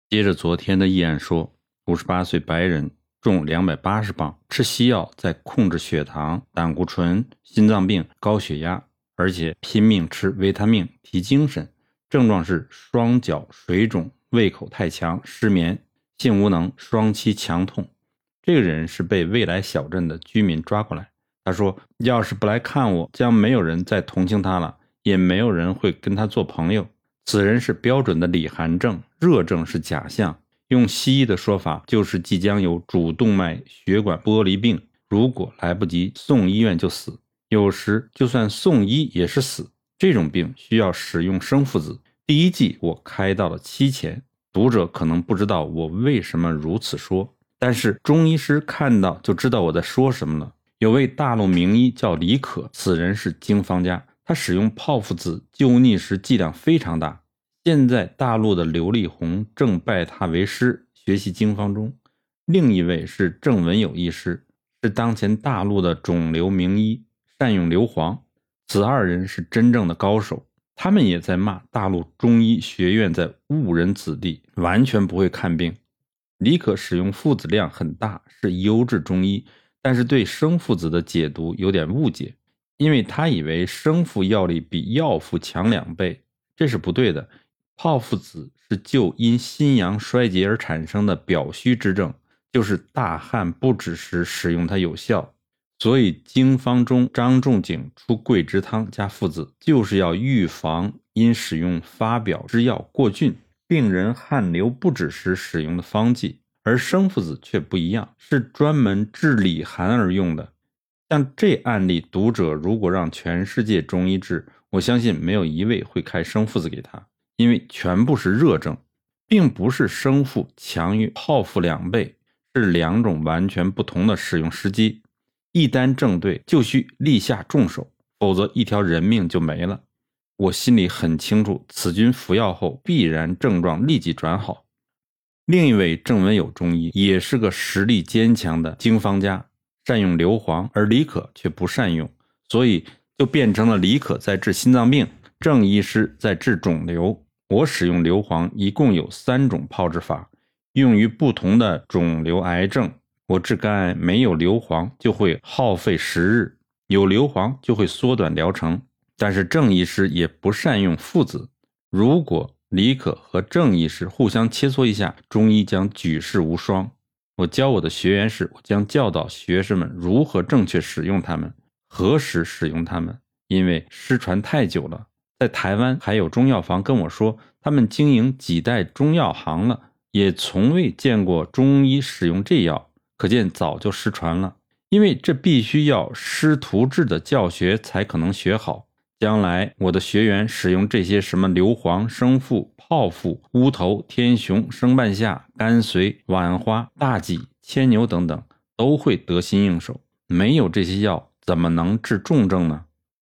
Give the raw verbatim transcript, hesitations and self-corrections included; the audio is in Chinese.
接着昨天的议案说，五十八岁白人重两百八十磅，吃西药在控制血糖、胆固醇、心脏病、高血压，而且拼命吃维他命提精神，症状是双脚水肿、胃口太强、失眠、性无能、双膝强痛。这个人是被未来小镇的居民抓过来，他说要是不来看我，将没有人再同情他了，也没有人会跟他做朋友。此人是标准的里寒症，热症是假象，用西医的说法就是即将有主动脉血管剥离病，如果来不及送医院就死，有时就算送医也是死。这种病需要使用生附子，第一剂我开到了七钱。读者可能不知道我为什么如此说，但是中医师看到就知道我在说什么了。有位大陆名医叫李可，此人是经方家，他使用泡附子救逆时剂量非常大。现在大陆的刘立宏正拜他为师，学习经方中。另一位是郑文友医师，是当前大陆的肿瘤名医，善用硫磺。此二人是真正的高手，他们也在骂大陆中医学院在误人子弟，完全不会看病。李可使用附子量很大，是优质中医，但是对生附子的解读有点误解，因为他以为生附药力比药附强两倍，这是不对的。泡附子是救因心阳衰竭而产生的表虚之症，就是大汗不止时使用它有效。所以经方中张仲景出桂枝汤加附子，就是要预防因使用发表之药过峻，病人汗流不止时使用的方剂。而生附子却不一样，是专门治里寒而用的。像这案例，读者如果让全世界中医治，我相信没有一位会开生附子给他，因为全部是热症，并不是生附强于泡附两倍，是两种完全不同的使用时机。一旦正对，就需立下重手，否则一条人命就没了。我心里很清楚，此君服药后必然症状立即转好。另一位郑文友中医也是个实力坚强的经方家，善用硫磺，而李可却不善用，所以就变成了李可在治心脏病，郑医师在治肿瘤。我使用硫磺一共有三种泡制法，用于不同的肿瘤癌症。我治肝癌没有硫磺就会耗费十日，有硫磺就会缩短疗程。但是郑医师也不善用附子，如果李可和郑医师互相切磋一下，中医将举世无双。我教我的学员时，我将教导学生们如何正确使用它们，何时使用它们，因为失传太久了。在台湾还有中药房跟我说，他们经营几代中药行了，也从未见过中医使用这药，可见早就失传了。因为这必须要师徒制的教学才可能学好。将来我的学员使用这些什么硫磺、生附、泡附、乌头、天雄、生半夏、甘遂、栾花、大戟、牵牛等等，都会得心应手。没有这些药，怎么能治重症呢？